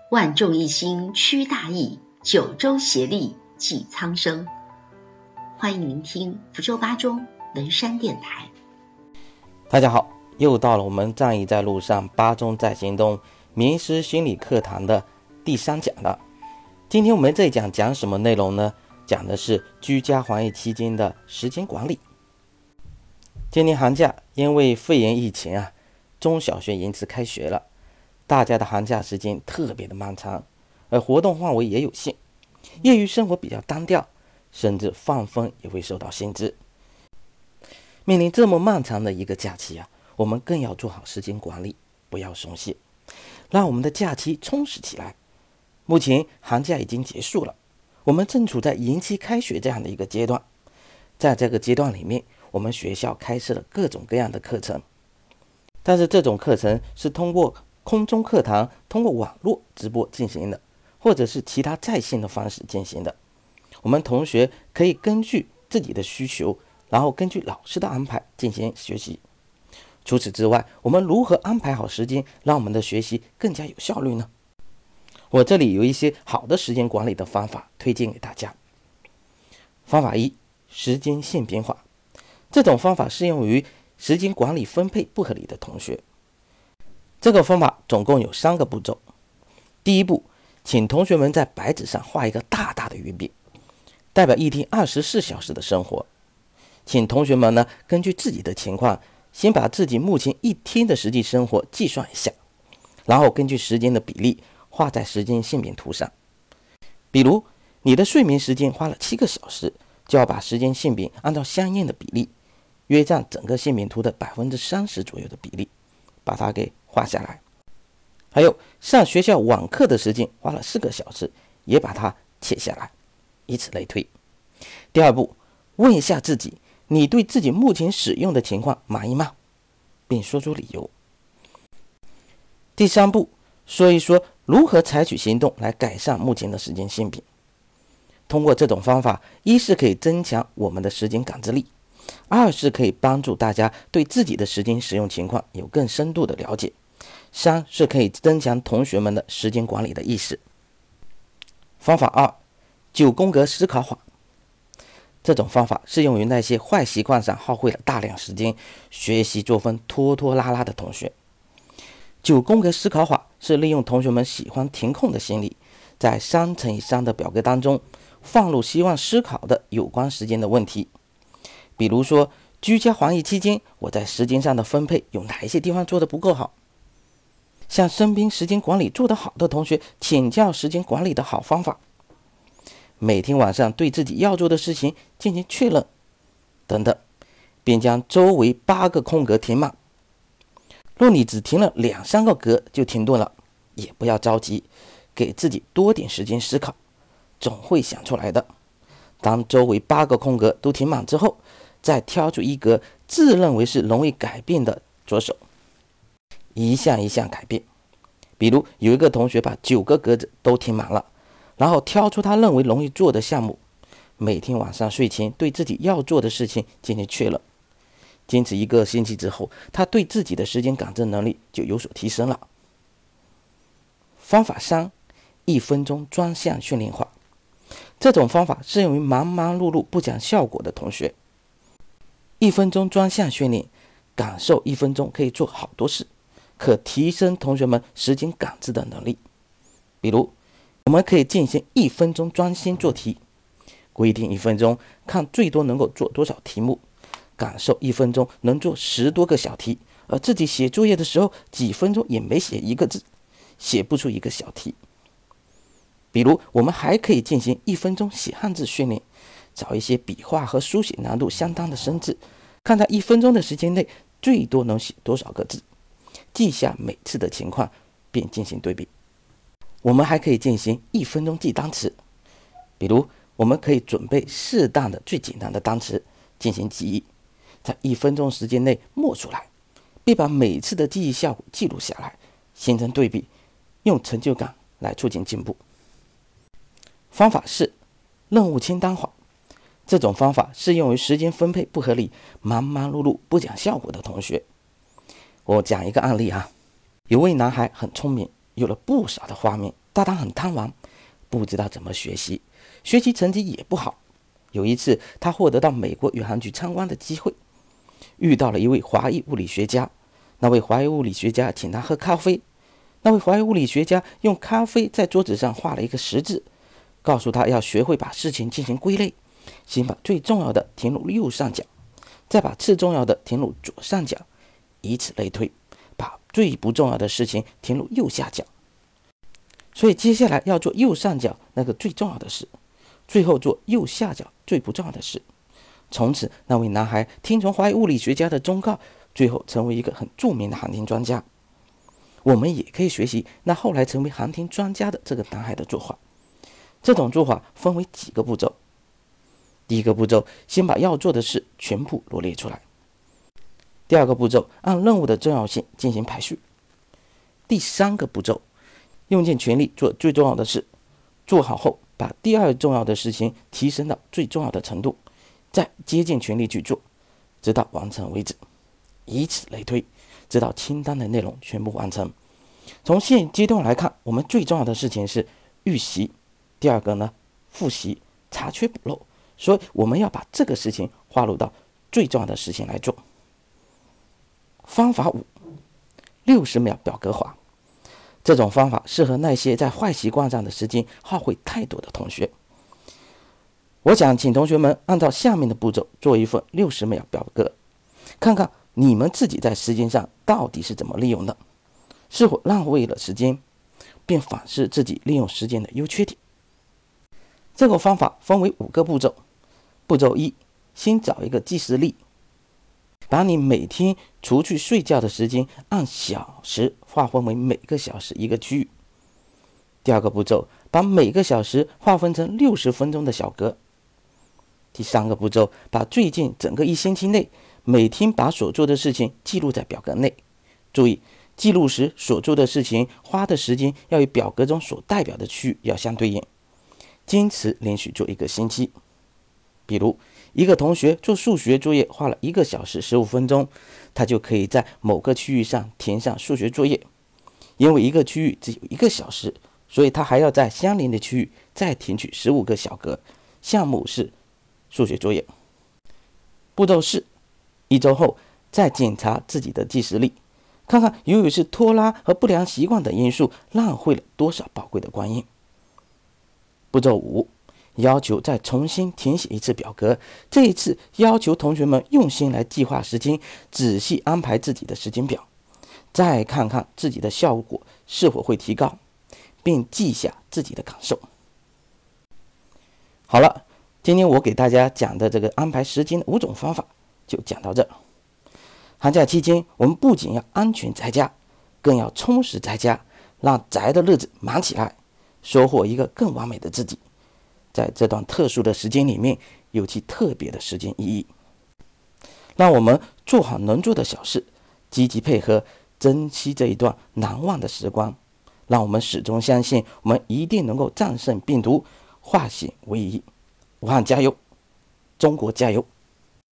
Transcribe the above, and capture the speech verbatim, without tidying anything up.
万众一心驱大疫，九州协力济苍生。欢迎聆听福州八中文山电台。 大家好，又到了我们战役在路上，八中在行动名师心理课堂的第三讲了。今天我们这一讲讲什么内容呢？讲的是居家防疫期间的时间管理。今年寒假因为肺炎疫情啊，中小学延迟开学了，大家的寒假时间特别的漫长，而活动范围也有限，业余生活比较单调，甚至放风也会受到限制。面临这么漫长的一个假期啊，我们更要做好时间管理，不要松懈，让我们的假期充实起来。目前寒假已经结束了，我们正处在延期开学这样的一个阶段。在这个阶段里面，我们学校开设了各种各样的课程，但是这种课程是通过空中课堂，通过网络直播进行的，或者是其他在线的方式进行的。我们同学可以根据自己的需求，然后根据老师的安排进行学习。除此之外，我们如何安排好时间，让我们的学习更加有效率呢？我这里有一些好的时间管理的方法推荐给大家。方法一，时间线编化。这种方法适用于时间管理分配不合理的同学。这个方法总共有三个步骤。第一步，请同学们在白纸上画一个大大的圆饼，代表一天二十四小时的生活。请同学们呢，根据自己的情况，先把自己目前一天的实际生活计算一下，然后根据时间的比例画在时间线饼图上。比如你的睡眠时间花了七个小时，就要把时间线饼按照相应的比例，约占整个线饼图的 百分之三十 左右的比例，把它给画下来。还有上学校网课的时间花了四个小时，也把它切下来，以此类推。第二步，问一下自己，你对自己目前使用的情况满意吗？并说出理由。第三步，说一说如何采取行动来改善目前的时间线饼。通过这种方法，一是可以增强我们的时间感知力，二是可以帮助大家对自己的时间使用情况有更深度的了解，三是可以增强同学们的时间管理的意识。方法二，九宫格思考法。这种方法适用于那些坏习惯上耗费了大量时间，学习作风拖拖拉拉的同学。九宫格思考法是利用同学们喜欢填空的心理，在三乘以三的表格当中放入希望思考的有关时间的问题。比如说，居家防疫期间，我在时间上的分配有哪一些地方做得不够好？向身边时间管理做得好的同学请教时间管理的好方法。每天晚上对自己要做的事情进行确认，等等，并将周围八个空格填满。若你只填了两三个格就停顿了，也不要着急，给自己多点时间思考，总会想出来的。当周围八个空格都填满之后，再挑出一格自认为是容易改变的着手，一项一项改变。比如有一个同学把九个格子都填满了，然后挑出他认为容易做的项目，每天晚上睡前对自己要做的事情进行确认。坚持一个星期之后，他对自己的时间感知能力就有所提升了。方法三，一分钟专项训练法。这种方法适用于忙忙碌碌不讲效果的同学。一分钟专项训练，感受一分钟可以做好多事，可提升同学们时间感知的能力。比如我们可以进行一分钟专心做题，规定一分钟看最多能够做多少题目，感受一分钟能做十多个小题，而自己写作业的时候几分钟也没写一个字，写不出一个小题。比如我们还可以进行一分钟写汉字训练，找一些笔画和书写难度相当的生字，看在一分钟的时间内最多能写多少个字，记下每次的情况并进行对比。我们还可以进行一分钟记单词，比如我们可以准备适当的最简单的单词进行记忆，在一分钟时间内默出来，并把每次的记忆效果记录下来，形成对比，用成就感来促进进步。方法四，任务清单法。这种方法适用于时间分配不合理、忙忙碌碌不讲效果的同学。我讲一个案例啊，有位男孩很聪明， 有了不少的画面，但他很贪玩，不知道怎么学习，学习成绩也不好。有一次，他获得到美国宇航局参观的机会，遇到了一位华裔物理学家。那位华裔物理学家请他喝咖啡，那位华裔物理学家用咖啡在桌子上画了一个十字，告诉他要学会把事情进行归类，先把最重要的填入右上角，再把次重要的填入左上角，以此类推，把最不重要的事情填入右下角。所以接下来要做右上角那个最重要的事，最后做右下角最不重要的事。从此那位男孩听从华裔物理学家的忠告，最后成为一个很著名的航天专家。我们也可以学习那后来成为航天专家的这个男孩的做法。这种做法分为几个步骤。第一个步骤，先把要做的事全部罗列出来。第二个步骤，按任务的重要性进行排序。第三个步骤，用尽全力做最重要的事，做好后把第二重要的事情提升到最重要的程度，再竭尽全力去做，直到完成为止，以此类推，直到清单的内容全部完成。从现阶段来看，我们最重要的事情是预习，第二个呢，复习，查缺补漏，所以我们要把这个事情划入到最重要的事情来做。方法五，六十秒表格化。这种方法适合那些在坏习惯上的时间耗费太多的同学。我想请同学们按照下面的步骤做一份六十秒表格，看看你们自己在时间上到底是怎么利用的，是否浪费了时间，并反思自己利用时间的优缺点。这个方法分为五个步骤。步骤一，先找一个计时历，把你每天除去睡觉的时间按小时划分为每个小时一个区域。第二个步骤，把每个小时划分成六十分钟的小格。第三个步骤，把最近整个一星期内每天把所做的事情记录在表格内。注意，记录时所做的事情花的时间要与表格中所代表的区域要相对应，坚持连续做一个星期。比如，一个同学做数学作业花了一个小时十五分钟，他就可以在某个区域上填上数学作业。因为一个区域只有一个小时，所以他还要在相邻的区域再填取十五个小格，项目是数学作业。步骤四，一周后再检查自己的计时历，看看由于是拖拉和不良习惯等因素浪费了多少宝贵的光阴。步骤五，要求再重新填写一次表格，这一次要求同学们用心来计划时间，仔细安排自己的时间表，再看看自己的效果是否会提高，并记下自己的感受。好了，今天我给大家讲的这个安排时间的五种方法就讲到这。寒假期间，我们不仅要安全在家，更要充实在家，让宅的日子忙起来，收获一个更完美的自己。在这段特殊的时间里面，有其特别的时间意义。让我们做好能做的小事，积极配合，珍惜这一段难忘的时光。让我们始终相信，我们一定能够战胜病毒，化险为夷。武汉加油，中国加油！